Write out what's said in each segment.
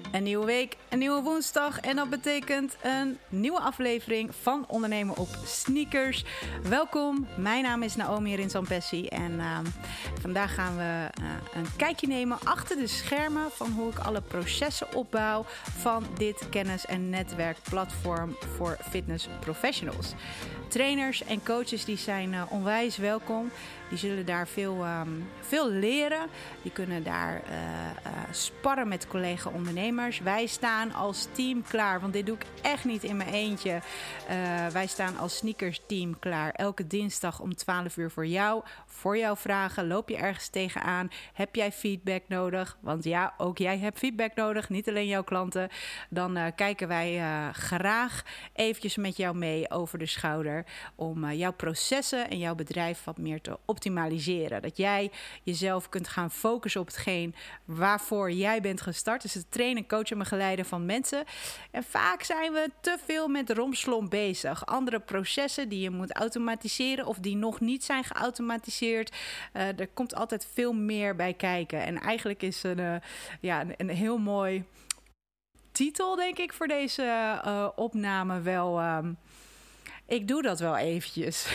Een nieuwe week, een nieuwe woensdag en dat betekent een nieuwe aflevering van Ondernemen op Sneakers. Welkom, mijn naam is Naomi Rinsampessi en vandaag gaan we een kijkje nemen achter de schermen van hoe ik alle processen opbouw van dit kennis- en netwerkplatform voor fitness professionals. Trainers en coaches die zijn onwijs welkom. Die zullen daar veel leren. Die kunnen daar sparren met collega-ondernemers. Wij staan als team klaar, want dit doe ik echt niet in mijn eentje. Wij staan als sneakers team klaar. Elke dinsdag om 12 uur voor jouw vragen. Loop je ergens tegenaan? Heb jij feedback nodig? Want ja, ook jij hebt feedback nodig, niet alleen jouw klanten. Dan kijken wij graag eventjes met jou mee over de schouder om jouw processen en jouw bedrijf wat meer te optimaliseren. Dat jij jezelf kunt gaan focussen op hetgeen waarvoor jij bent gestart. Dus het trainen, coachen en begeleiden van mensen. En vaak zijn we te veel met romslomp bezig. Andere processen die je moet automatiseren of die nog niet zijn geautomatiseerd. Er komt altijd veel meer bij kijken. En eigenlijk is een heel mooi titel, denk ik, voor deze opname wel. Ik doe dat wel eventjes.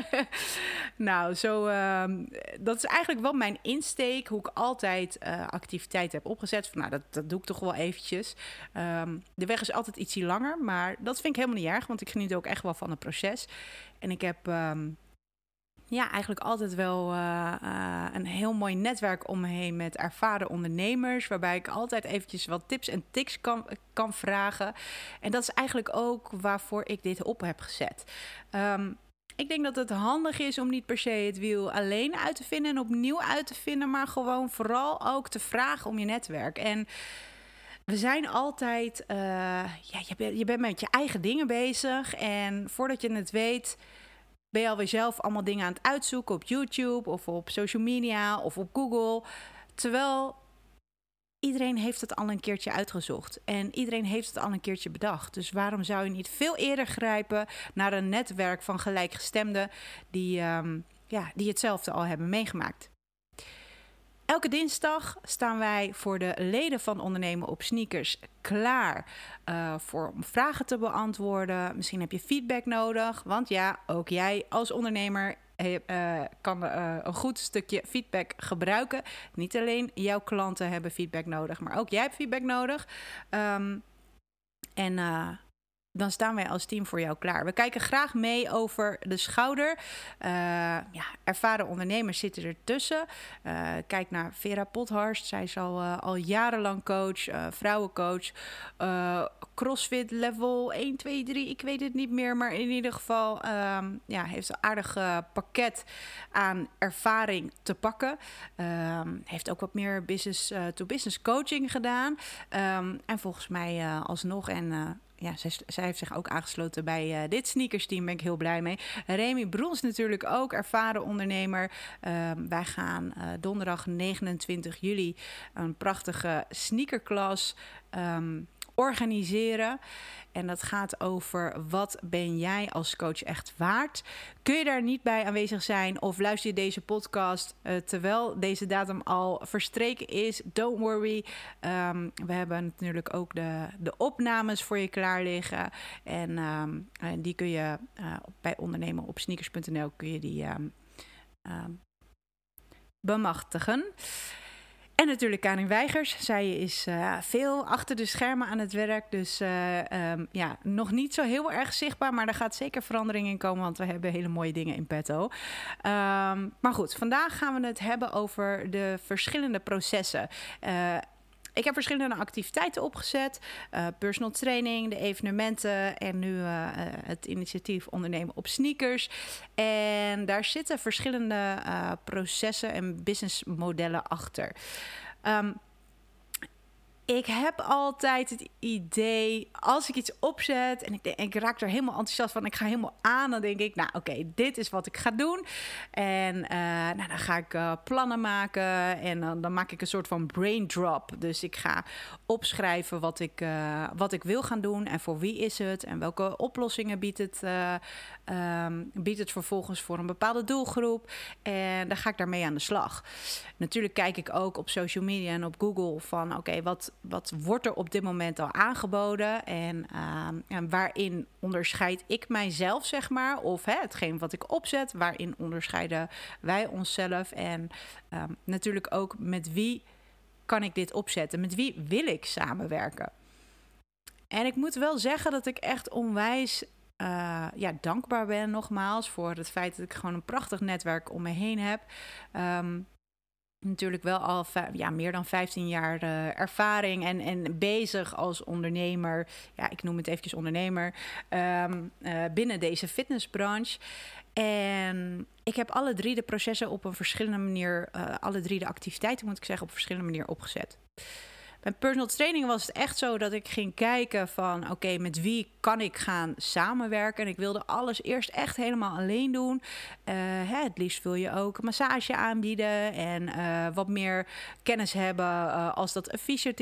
Nou, dat is eigenlijk wel mijn insteek, hoe ik altijd activiteiten heb opgezet. Dat doe ik toch wel eventjes. De weg is altijd ietsje langer, maar dat vind ik helemaal niet erg, want ik geniet ook echt wel van het proces. En ik heb eigenlijk altijd wel een heel mooi netwerk om me heen met ervaren ondernemers, waarbij ik altijd eventjes wat tips en tricks kan vragen. En dat is eigenlijk ook waarvoor ik dit op heb gezet. Ik denk dat het handig is om niet per se het wiel alleen uit te vinden en opnieuw uit te vinden, maar gewoon vooral ook te vragen om je netwerk. En we zijn altijd, je bent met je eigen dingen bezig en voordat je het weet ben je alweer zelf allemaal dingen aan het uitzoeken op YouTube of op social media of op Google. Terwijl iedereen heeft het al een keertje uitgezocht. En iedereen heeft het al een keertje bedacht. Dus waarom zou je niet veel eerder grijpen naar een netwerk van gelijkgestemden die hetzelfde al hebben meegemaakt? Elke dinsdag staan wij voor de leden van Ondernemen op Sneakers klaar om vragen te beantwoorden. Misschien heb je feedback nodig, want ja, ook jij als ondernemer kan een goed stukje feedback gebruiken. Niet alleen jouw klanten hebben feedback nodig, maar ook jij hebt feedback nodig. Dan staan wij als team voor jou klaar. We kijken graag mee over de schouder. Ervaren ondernemers zitten ertussen. Kijk naar Vera Pothorst. Zij is al jarenlang coach, vrouwencoach. CrossFit level 1, 2, 3. Ik weet het niet meer. Maar in ieder geval heeft een aardig pakket aan ervaring te pakken. Heeft ook wat meer business-to-business coaching gedaan. En volgens mij alsnog zij heeft zich ook aangesloten bij dit sneakersteam. Ben ik heel blij mee. Remy Brons natuurlijk ook, ervaren ondernemer. Wij gaan donderdag 29 juli een prachtige sneakerklas organiseren. En dat gaat over wat ben jij als coach echt waard? Kun je daar niet bij aanwezig zijn of luister je deze podcast terwijl deze datum al verstreken is? Don't worry. We hebben natuurlijk ook de opnames voor je klaar liggen. En die kun je bij ondernemenopsneakers.nl kun je die bemachtigen. En natuurlijk Karin Weigers. Zij is veel achter de schermen aan het werk. Dus nog niet zo heel erg zichtbaar. Maar er gaat zeker verandering in komen. Want we hebben hele mooie dingen in petto. Maar goed, vandaag gaan we het hebben over de verschillende processen. Ik heb verschillende activiteiten opgezet. Personal training, de evenementen en nu het initiatief Ondernemen op Sneakers. En daar zitten verschillende processen en businessmodellen achter. Ik heb altijd het idee, als ik iets opzet en ik raak er helemaal enthousiast van, ik ga helemaal aan, dan denk ik, oké, dit is wat ik ga doen. En dan ga ik plannen maken en dan maak ik een soort van brain drop. Dus ik ga opschrijven wat ik wil gaan doen en voor wie is het en welke oplossingen biedt het vervolgens voor een bepaalde doelgroep. En dan ga ik daarmee aan de slag. Natuurlijk kijk ik ook op social media en op Google van, oké, wat wat wordt er op dit moment al aangeboden en waarin onderscheid ik mijzelf, zeg maar, of hetgeen wat ik opzet, waarin onderscheiden wij onszelf en natuurlijk ook met wie kan ik dit opzetten, met wie wil ik samenwerken. En ik moet wel zeggen dat ik echt onwijs dankbaar ben nogmaals voor het feit dat ik gewoon een prachtig netwerk om me heen heb. Natuurlijk wel al meer dan 15 jaar ervaring en bezig als ondernemer. Ja, ik noem het eventjes ondernemer. Binnen deze fitnessbranche. En ik heb alle 3 de processen op een verschillende manier, alle 3 de activiteiten moet ik zeggen, op een verschillende manier opgezet. Bij personal training was het echt zo dat ik ging kijken van oké, met wie kan ik gaan samenwerken. En ik wilde alles eerst echt helemaal alleen doen. Het liefst wil je ook massage aanbieden en wat meer kennis hebben als dat een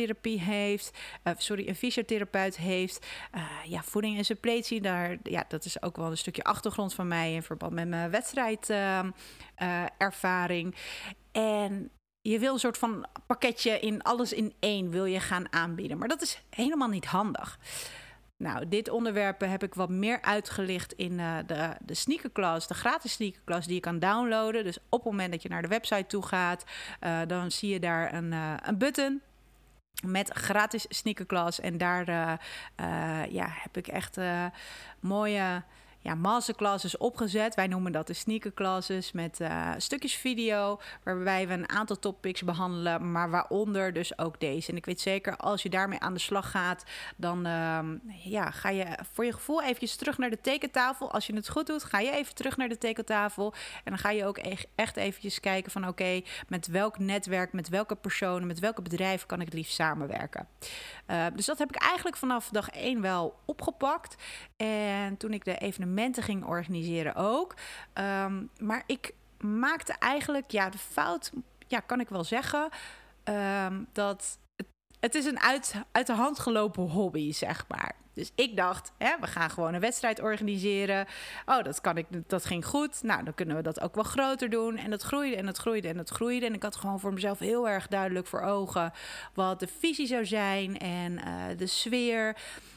fysiotherapeut heeft. Voeding en suppletie, dat is ook wel een stukje achtergrond van mij in verband met mijn wedstrijdervaring. En je wil een soort van pakketje in alles in één wil je gaan aanbieden. Maar dat is helemaal niet handig. Nou, dit onderwerp heb ik wat meer uitgelicht in de sneakerclass, de gratis sneakerclass die je kan downloaden. Dus op het moment dat je naar de website toe gaat, dan zie je daar een button met gratis sneakerclass. En daar heb ik echt mooie masterclasses opgezet. Wij noemen dat de sneakerclasses met stukjes video waarbij we een aantal topics behandelen, maar waaronder dus ook deze. En ik weet zeker, als je daarmee aan de slag gaat, dan ga je voor je gevoel eventjes terug naar de tekentafel. Als je het goed doet, ga je even terug naar de tekentafel en dan ga je ook echt eventjes kijken van oké, met welk netwerk, met welke personen, met welke bedrijven kan ik het liefst samenwerken. Dus dat heb ik eigenlijk vanaf dag 1 wel opgepakt. En toen ik de evenementen ging organiseren ook. Maar ik maakte eigenlijk de fout, kan ik wel zeggen, dat het is een uit de hand gelopen hobby, zeg maar. Dus ik dacht, we gaan gewoon een wedstrijd organiseren. Oh, dat ging goed. Nou, dan kunnen we dat ook wel groter doen. En dat groeide en dat groeide en dat groeide. En ik had gewoon voor mezelf heel erg duidelijk voor ogen wat de visie zou zijn en de sfeer.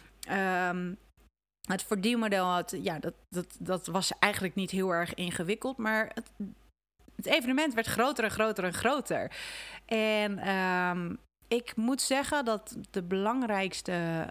Het verdienmodel, dat was eigenlijk niet heel erg ingewikkeld, maar het evenement werd groter en groter en groter. En ik moet zeggen dat de belangrijkste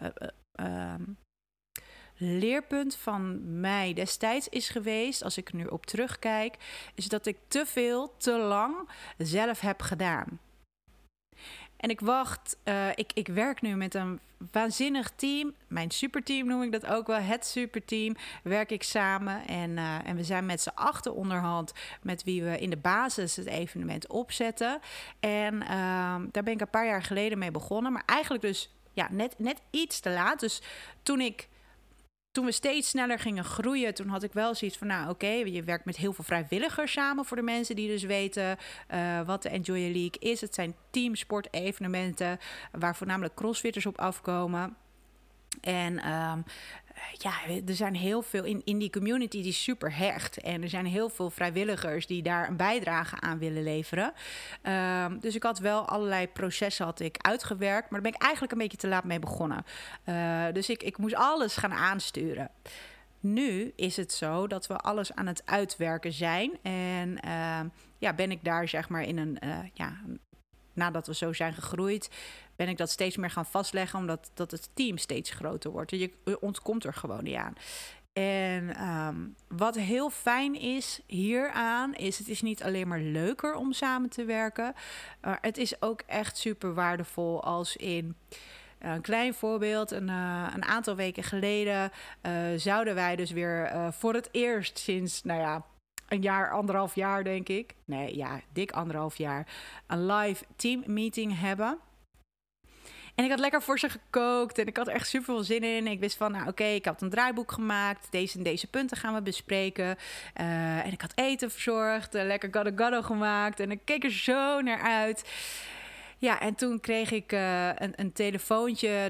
leerpunt van mij destijds is geweest, als ik er nu op terugkijk, is dat ik te lang zelf heb gedaan. En ik werk nu met een waanzinnig team. Mijn superteam noem ik dat ook wel. Het superteam werk ik samen. En we zijn met z'n 8 onderhand met wie we in de basis het evenement opzetten. En daar ben ik een paar jaar geleden mee begonnen. Maar eigenlijk dus net iets te laat. Dus toen we steeds sneller gingen groeien, toen had ik wel zoiets van, je werkt met heel veel vrijwilligers samen voor de mensen die dus weten wat de Enjoy Your League is. Het zijn teamsport-evenementen waar voornamelijk crossfitters op afkomen. En er zijn heel veel in die community die is super hecht. En er zijn heel veel vrijwilligers die daar een bijdrage aan willen leveren. Dus ik had wel allerlei processen uitgewerkt. Maar daar ben ik eigenlijk een beetje te laat mee begonnen. Dus ik moest alles gaan aansturen. Nu is het zo dat we alles aan het uitwerken zijn. En ben ik daar zeg maar in een nadat we zo zijn gegroeid, ben ik dat steeds meer gaan vastleggen, omdat het team steeds groter wordt. Je ontkomt er gewoon niet aan. En wat heel fijn is hieraan, het is niet alleen maar leuker om samen te werken. Het is ook echt super waardevol als in... Een klein voorbeeld, een aantal weken geleden zouden wij dus weer voor het eerst sinds, een jaar, 1,5 jaar denk ik. Dik 1,5 jaar. Een live teammeeting hebben. En ik had lekker voor ze gekookt en ik had er echt super veel zin in. Ik wist van, ik had een draaiboek gemaakt. Deze en deze punten gaan we bespreken. En ik had eten verzorgd, lekker gado-gado gemaakt. En ik keek er zo naar uit. Ja, en toen kreeg ik een telefoontje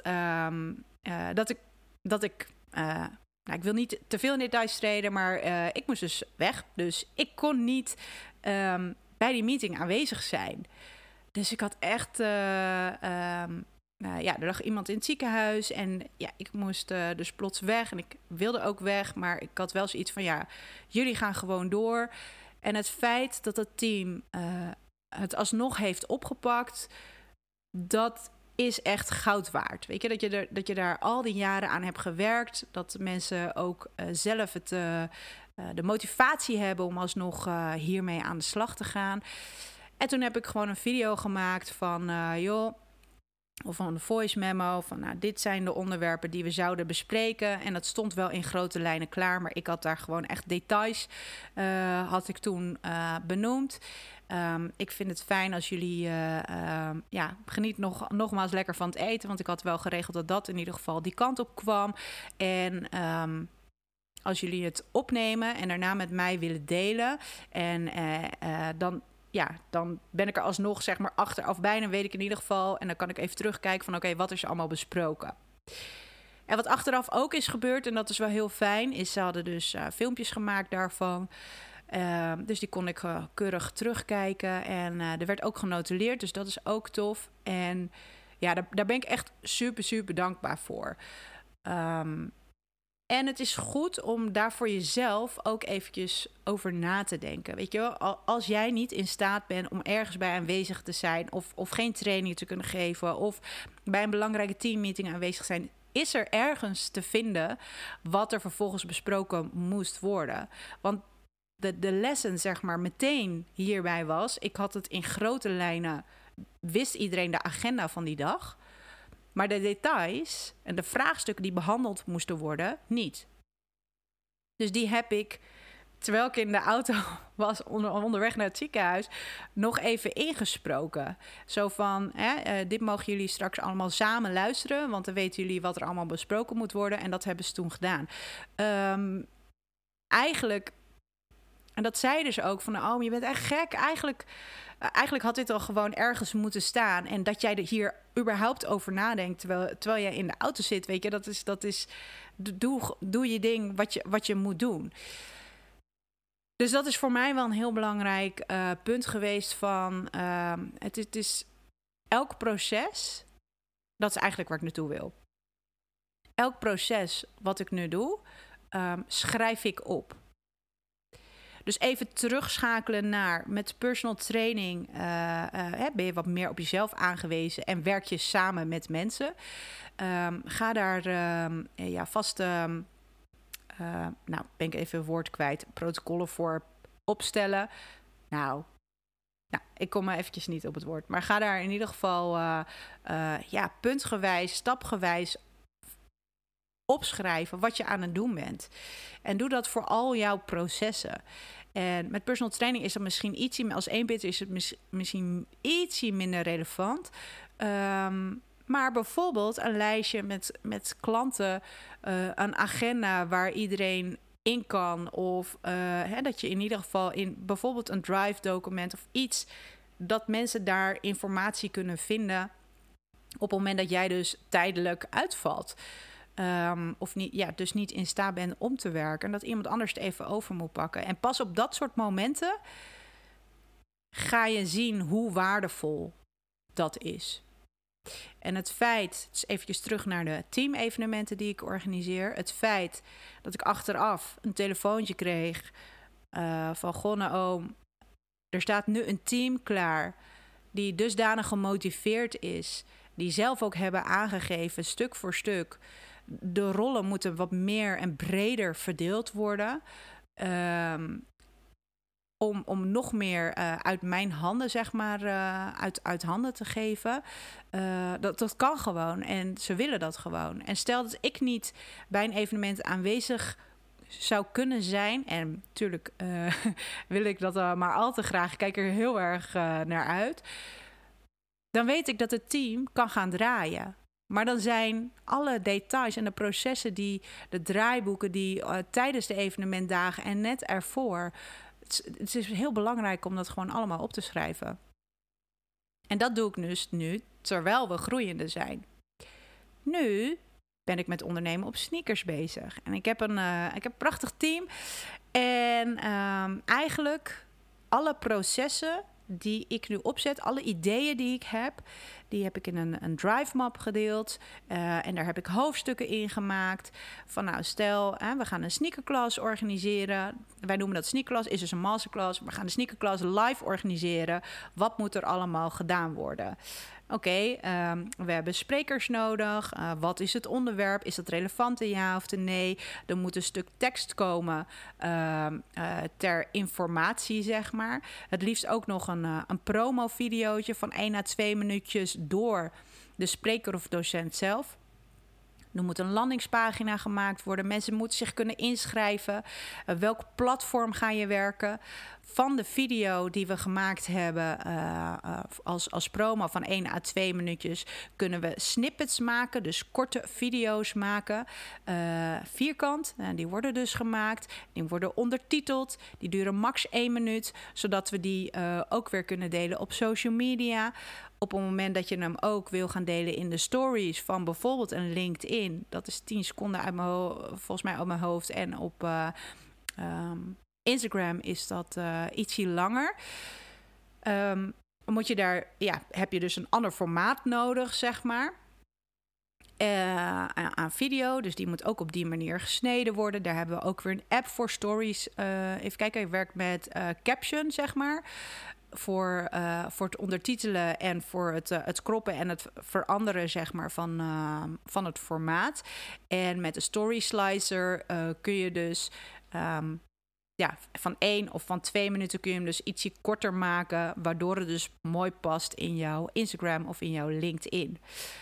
dat ik ik wil niet te veel in details treden, maar ik moest dus weg. Dus ik kon niet bij die meeting aanwezig zijn. Dus ik had echt... er lag iemand in het ziekenhuis en ja, ik moest dus plots weg. En ik wilde ook weg, maar ik had wel zoiets van... ja, jullie gaan gewoon door. En het feit dat het team het alsnog heeft opgepakt... dat is echt goud waard. Weet je, dat je daar al die jaren aan hebt gewerkt. Dat mensen ook zelf de motivatie hebben om alsnog hiermee aan de slag te gaan. En toen heb ik gewoon een video gemaakt van... of een voice memo van... nou, dit zijn de onderwerpen die we zouden bespreken. En dat stond wel in grote lijnen klaar... maar ik had daar gewoon echt details had ik toen benoemd. Ik vind het fijn als jullie... geniet nogmaals lekker van het eten... want ik had wel geregeld dat dat in ieder geval die kant op kwam. En... als jullie het opnemen en daarna met mij willen delen... en dan ben ik er alsnog, zeg maar, achteraf bijna, weet ik in ieder geval. En dan kan ik even terugkijken van, oké, wat is er allemaal besproken? En wat achteraf ook is gebeurd, en dat is wel heel fijn... is ze hadden dus filmpjes gemaakt daarvan. Dus die kon ik keurig terugkijken. En er werd ook genotuleerd, dus dat is ook tof. En ja, daar ben ik echt super, super dankbaar voor. En het is goed om daar voor jezelf ook eventjes over na te denken. Weet je wel, als jij niet in staat bent om ergens bij aanwezig te zijn... of geen training te kunnen geven... of bij een belangrijke teammeeting aanwezig zijn... is er ergens te vinden wat er vervolgens besproken moest worden. Want de lesson, zeg maar, meteen hierbij was... ik had het in grote lijnen... wist iedereen de agenda van die dag... maar de details en de vraagstukken die behandeld moesten worden, niet. Dus die heb ik, terwijl ik in de auto was onderweg naar het ziekenhuis... nog even ingesproken. Zo van, dit mogen jullie straks allemaal samen luisteren... want dan weten jullie wat er allemaal besproken moet worden. En dat hebben ze toen gedaan. Eigenlijk... En dat zeiden ze ook van, oh, je bent echt gek. Eigenlijk had dit al gewoon ergens moeten staan. En dat jij er hier überhaupt over nadenkt terwijl jij in de auto zit, weet je, dat is doe je ding wat je moet doen. Dus dat is voor mij wel een heel belangrijk punt geweest van, het is elk proces, dat is eigenlijk waar ik naartoe wil. Elk proces wat ik nu doe, schrijf ik op. Dus even terugschakelen naar met personal training ben je wat meer op jezelf aangewezen en werk je samen met mensen. Ga daar vast, ben ik even een woord kwijt, protocollen voor opstellen. Nou, ik kom maar eventjes niet op het woord. Maar ga daar in ieder geval puntgewijs, stapgewijs opschrijven wat je aan het doen bent. En doe dat voor al jouw processen. En met personal training is dat misschien ietsje... als 1 bit is het misschien ietsje minder relevant. Maar bijvoorbeeld een lijstje met klanten... een agenda waar iedereen in kan... of dat je in ieder geval in bijvoorbeeld een Drive-document... of iets dat mensen daar informatie kunnen vinden... op het moment dat jij dus tijdelijk uitvalt... of niet, dus niet in staat bent om te werken... en dat iemand anders het even over moet pakken. En pas op dat soort momenten... ga je zien hoe waardevol dat is. En het feit, dus eventjes terug naar de teamevenementen die ik organiseer... het feit dat ik achteraf een telefoontje kreeg... van Gonne oom, er staat nu een team klaar... die dusdanig gemotiveerd is... die zelf ook hebben aangegeven, stuk voor stuk... de rollen moeten wat meer en breder verdeeld worden... Om nog meer uit mijn handen, zeg maar, uit handen te geven. Dat kan gewoon en ze willen dat gewoon. En stel dat ik niet bij een evenement aanwezig zou kunnen zijn... en natuurlijk wil ik dat maar al te graag, ik kijk er heel erg naar uit... dan weet ik dat het team kan gaan draaien... Maar dan zijn alle details en de processen, de draaiboeken... die tijdens de evenementdagen en net ervoor... Het is heel belangrijk om dat gewoon allemaal op te schrijven. En dat doe ik dus nu, terwijl we groeiende zijn. Nu ben ik met ondernemen op sneakers bezig. En ik heb een prachtig team. En eigenlijk alle processen die ik nu opzet, alle ideeën die ik heb, die heb ik in een drive map gedeeld. En daar heb ik hoofdstukken in gemaakt. Van nou, stel, we gaan een sneakerclass organiseren. Wij noemen dat sneakerclass, is dus een masterclass. We gaan de sneakerclass live organiseren. Wat moet er allemaal gedaan worden? Oké, we hebben sprekers nodig. Wat is het onderwerp? Is dat relevant, ja of nee? Er moet een stuk tekst komen ter informatie, zeg maar. Het liefst ook nog een promo-videootje van 1 à 2 minuutjes door de spreker of docent zelf. Er moet een landingspagina gemaakt worden. Mensen moeten zich kunnen inschrijven. Welk platform ga je werken? Van de video die we gemaakt hebben als promo van 1 à 2 minuutjes kunnen we snippets maken, dus korte video's maken. Vierkant, die worden dus gemaakt. Die worden ondertiteld. Die duren max 1 minuut, zodat we die ook weer kunnen delen op social media. Op het moment dat je hem ook wil gaan delen in de stories van bijvoorbeeld een LinkedIn. Dat is 10 seconden uit volgens mij uit mijn hoofd. En op Instagram is dat ietsje langer. Moet je daar, heb je dus een ander formaat nodig, zeg maar. Aan video, dus die moet ook op die manier gesneden worden. Daar hebben we ook weer een app voor stories. Even kijken, ik werk met Caption, zeg maar. Voor het ondertitelen en voor het kroppen en het veranderen, zeg maar, van het formaat. En met de story slicer kun je dus van 1 of van 2 minuten kun je hem dus ietsje korter maken, waardoor het dus mooi past in jouw Instagram of in jouw LinkedIn.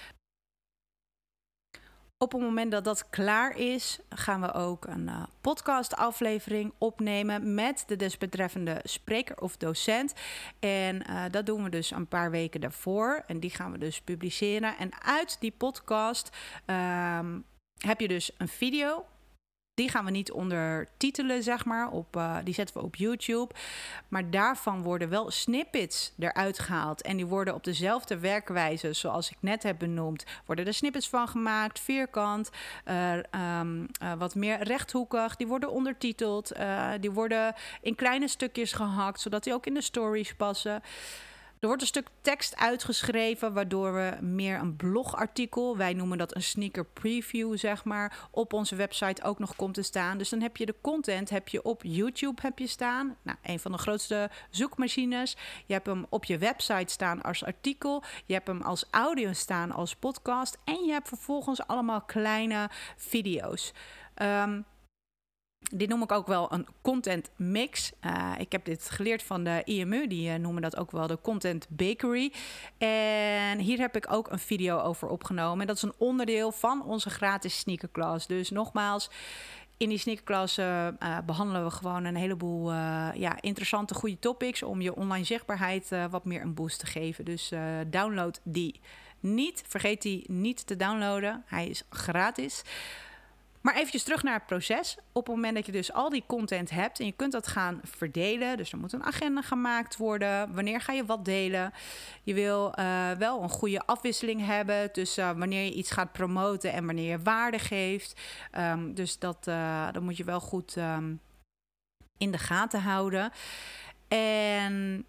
Op het moment dat dat klaar is, gaan we ook een podcastaflevering opnemen met de desbetreffende spreker of docent. En dat doen we dus een paar weken daarvoor. En die gaan we dus publiceren. En uit die podcast heb je dus een video. Die gaan we niet ondertitelen, zeg maar. Die zetten we op YouTube. Maar daarvan worden wel snippets eruit gehaald. En die worden op dezelfde werkwijze zoals ik net heb benoemd. Worden er snippets van gemaakt, vierkant, wat meer rechthoekig. Die worden ondertiteld. Die worden in kleine stukjes gehakt, zodat die ook in de stories passen. Er wordt een stuk tekst uitgeschreven, waardoor we meer een blogartikel, wij noemen dat een sneaker preview, zeg maar, op onze website ook nog komt te staan. Dus dan heb je de content op YouTube staan. Nou, een van de grootste zoekmachines. Je hebt hem op je website staan als artikel. Je hebt hem als audio staan als podcast. En je hebt vervolgens allemaal kleine video's. Dit noem ik ook wel een content mix. Ik heb dit geleerd van de IMU. Die noemen dat ook wel de content bakery. En hier heb ik ook een video over opgenomen. En dat is een onderdeel van onze gratis sneakerclass. Dus nogmaals, in die sneakerclass behandelen we gewoon een heleboel interessante, goede topics om je online zichtbaarheid wat meer een boost te geven. Dus download die niet. Vergeet die niet te downloaden. Hij is gratis. Maar eventjes terug naar het proces. Op het moment dat je dus al die content hebt en je kunt dat gaan verdelen. Dus er moet een agenda gemaakt worden. Wanneer ga je wat delen? Je wil wel een goede afwisseling hebben tussen wanneer je iets gaat promoten en wanneer je waarde geeft. Dus dat moet je wel goed in de gaten houden. En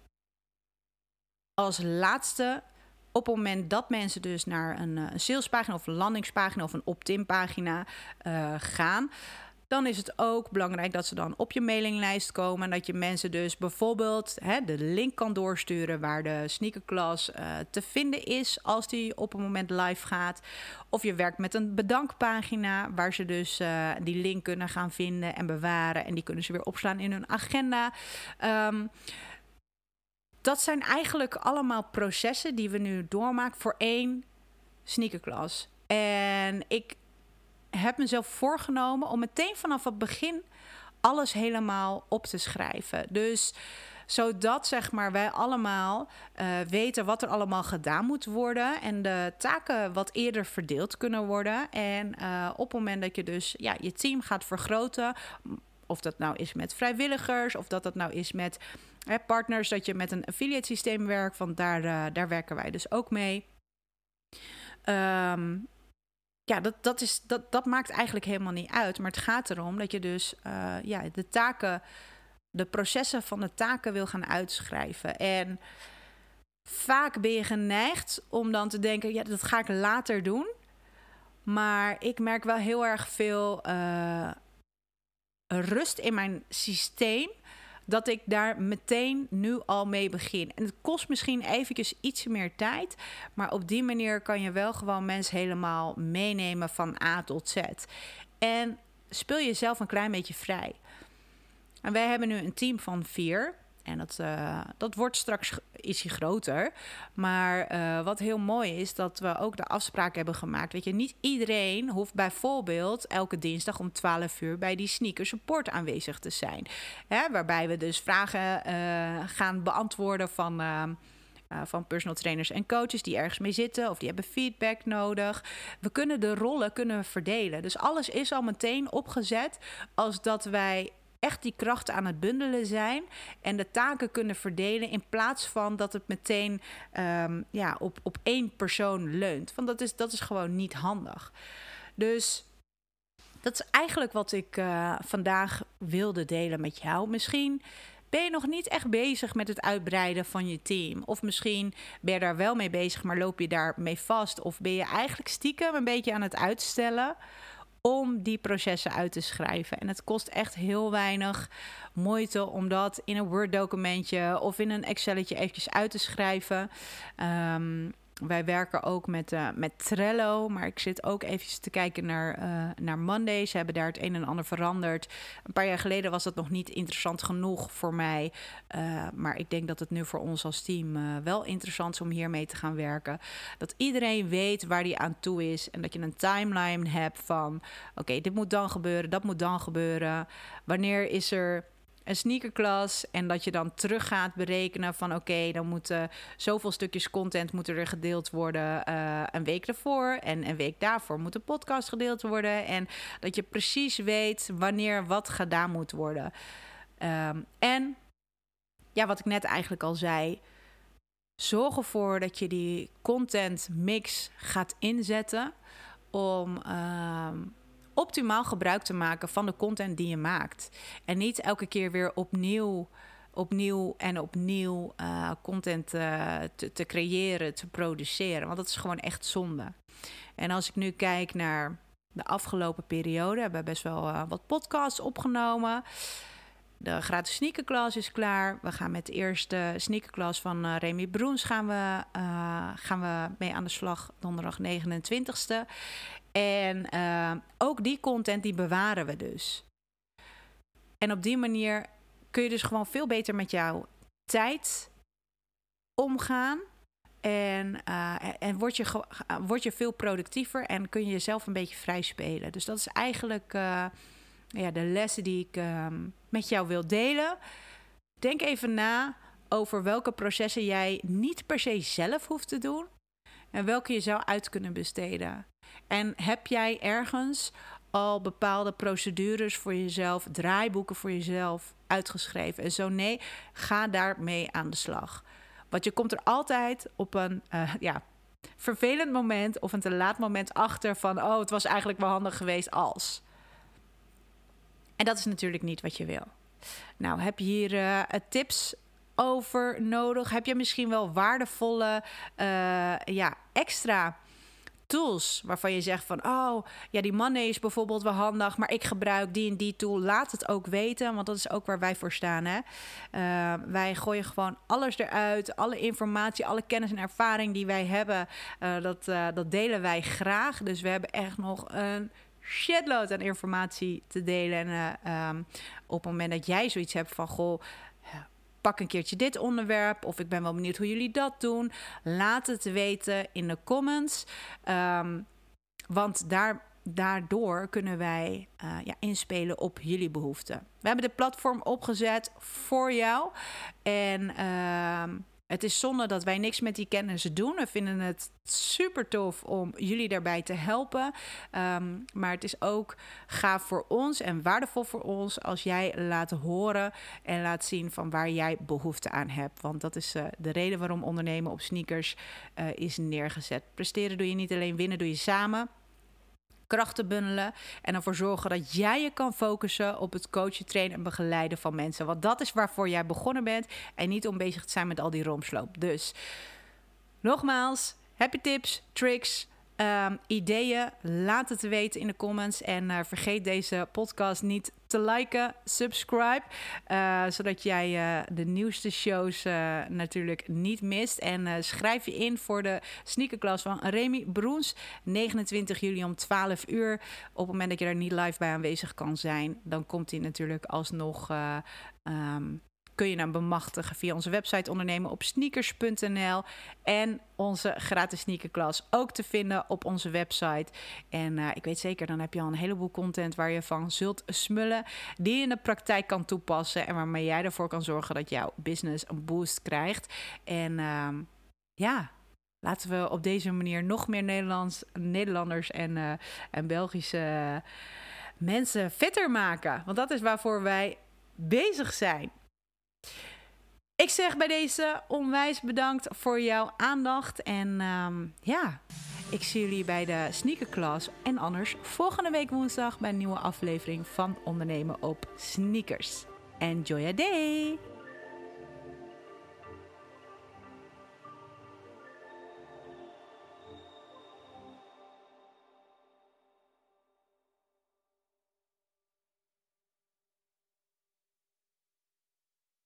als laatste, op het moment dat mensen dus naar een salespagina of een landingspagina of een opt-in pagina gaan, dan is het ook belangrijk dat ze dan op je mailinglijst komen. En dat je mensen dus bijvoorbeeld de link kan doorsturen waar de sneakerclass te vinden is als die op een moment live gaat. Of je werkt met een bedankpagina waar ze dus die link kunnen gaan vinden en bewaren. En die kunnen ze weer opslaan in hun agenda. Dat zijn eigenlijk allemaal processen die we nu doormaken voor 1 sneakerclass. En ik heb mezelf voorgenomen om meteen vanaf het begin alles helemaal op te schrijven. Dus zodat, zeg maar, wij allemaal weten wat er allemaal gedaan moet worden en de taken wat eerder verdeeld kunnen worden. En op het moment dat je dus je team gaat vergroten, of dat nou is met vrijwilligers, of dat nou is met partners, dat je met een affiliate systeem werkt, want daar werken wij dus ook mee. Dat maakt eigenlijk helemaal niet uit. Maar het gaat erom dat je dus de taken de processen van de taken wil gaan uitschrijven. En vaak ben je geneigd om dan te denken, ja, dat ga ik later doen. Maar ik merk wel heel erg veel rust in mijn systeem, dat ik daar meteen nu al mee begin. En het kost misschien eventjes iets meer tijd, maar op die manier kan je wel gewoon mensen helemaal meenemen van A tot Z. En speel jezelf een klein beetje vrij. En wij hebben nu een team van 4. En dat wordt straks ietsje groter. Maar wat heel mooi is, dat we ook de afspraak hebben gemaakt. Weet je, niet iedereen hoeft bijvoorbeeld elke dinsdag om 12 uur bij die sneaker support aanwezig te zijn. Hè, waarbij we dus vragen gaan beantwoorden van personal trainers en coaches die ergens mee zitten of die hebben feedback nodig. We kunnen de rollen verdelen. Dus alles is al meteen opgezet als dat wij echt die krachten aan het bundelen zijn en de taken kunnen verdelen in plaats van dat het meteen op één persoon leunt. Want dat is gewoon niet handig. Dus dat is eigenlijk wat ik vandaag wilde delen met jou. Misschien ben je nog niet echt bezig met het uitbreiden van je team. Of misschien ben je daar wel mee bezig, maar loop je daarmee vast. Of ben je eigenlijk stiekem een beetje aan het uitstellen om die processen uit te schrijven. En het kost echt heel weinig moeite om dat in een Word-documentje of in een Excelletje eventjes uit te schrijven. Wij werken ook met Trello, maar ik zit ook eventjes te kijken naar Monday. Ze hebben daar het een en ander veranderd. Een paar jaar geleden was dat nog niet interessant genoeg voor mij. Maar ik denk dat het nu voor ons als team wel interessant is om hiermee te gaan werken. Dat iedereen weet waar die aan toe is. En dat je een timeline hebt van oké, dit moet dan gebeuren, dat moet dan gebeuren. Wanneer is er een sneakerklas en dat je dan terug gaat berekenen van oké, dan moeten zoveel stukjes content moeten er gedeeld worden een week ervoor en een week daarvoor moet de podcast gedeeld worden en dat je precies weet wanneer wat gedaan moet worden. En ja, wat ik net eigenlijk al zei, zorg ervoor dat je die content mix gaat inzetten om optimaal gebruik te maken van de content die je maakt. En niet elke keer weer opnieuw content te creëren, te produceren. Want dat is gewoon echt zonde. En als ik nu kijk naar de afgelopen periode, hebben we best wel wat podcasts opgenomen. De gratis sneakerklas is klaar. We gaan met de eerste sneakerklas van Remy Broens gaan we mee aan de slag donderdag 29e. En ook die content die bewaren we dus. En op die manier kun je dus gewoon veel beter met jouw tijd omgaan. En word je veel productiever en kun je jezelf een beetje vrij spelen. Dus dat is eigenlijk de lessen die ik met jou wil delen. Denk even na over welke processen jij niet per se zelf hoeft te doen en welke je zou uit kunnen besteden. En heb jij ergens al bepaalde procedures voor jezelf, draaiboeken voor jezelf uitgeschreven? En zo nee, ga daarmee aan de slag. Want je komt er altijd op een vervelend moment of een te laat moment achter van het was eigenlijk wel handig geweest als. En dat is natuurlijk niet wat je wil. Nou, heb je hier tips over nodig? Heb je misschien wel waardevolle extra tools waarvan je zegt van die Monday is bijvoorbeeld wel handig, maar ik gebruik die en die tool. Laat het ook weten, want dat is ook waar wij voor staan. Hè? Wij gooien gewoon alles eruit, alle informatie, alle kennis en ervaring die wij hebben, dat delen wij graag. Dus we hebben echt nog een shitload aan informatie te delen. En op het moment dat jij zoiets hebt van pak een keertje dit onderwerp of ik ben wel benieuwd hoe jullie dat doen, laat het weten in de comments. Want daardoor kunnen wij inspelen op jullie behoeften. We hebben de platform opgezet voor jou. En het is zonde dat wij niks met die kennis doen. We vinden het super tof om jullie daarbij te helpen. Maar het is ook gaaf voor ons en waardevol voor ons als jij laat horen en laat zien van waar jij behoefte aan hebt. Want dat is de reden waarom ondernemen op sneakers is neergezet. Presteren doe je niet alleen, winnen doe je samen. krachten bundelen en ervoor zorgen dat jij je kan focussen op het coachen, trainen en begeleiden van mensen. Want dat is waarvoor jij begonnen bent en niet om bezig te zijn met al die rompsloop. Dus nogmaals, heb je tips, tricks, ideeën? Laat het weten in de comments en vergeet deze podcast niet te liken, subscribe, zodat jij de nieuwste shows natuurlijk niet mist. En schrijf je in voor de sneakerklas van Remy Broens, 29 juli om 12 uur. Op het moment dat je daar niet live bij aanwezig kan zijn, dan komt hij natuurlijk alsnog... kun je hem bemachtigen via onze website ondernemenopsneakers.nl en onze gratis sneakerklas ook te vinden op onze website. En ik weet zeker, dan heb je al een heleboel content waar je van zult smullen, die je in de praktijk kan toepassen en waarmee jij ervoor kan zorgen dat jouw business een boost krijgt. En laten we op deze manier nog meer Nederlanders en Belgische mensen fitter maken. Want dat is waarvoor wij bezig zijn. Ik zeg bij deze onwijs bedankt voor jouw aandacht. En ik zie jullie bij de sneakerklas. En anders volgende week woensdag bij een nieuwe aflevering van Ondernemen op Sneakers. Enjoy your day!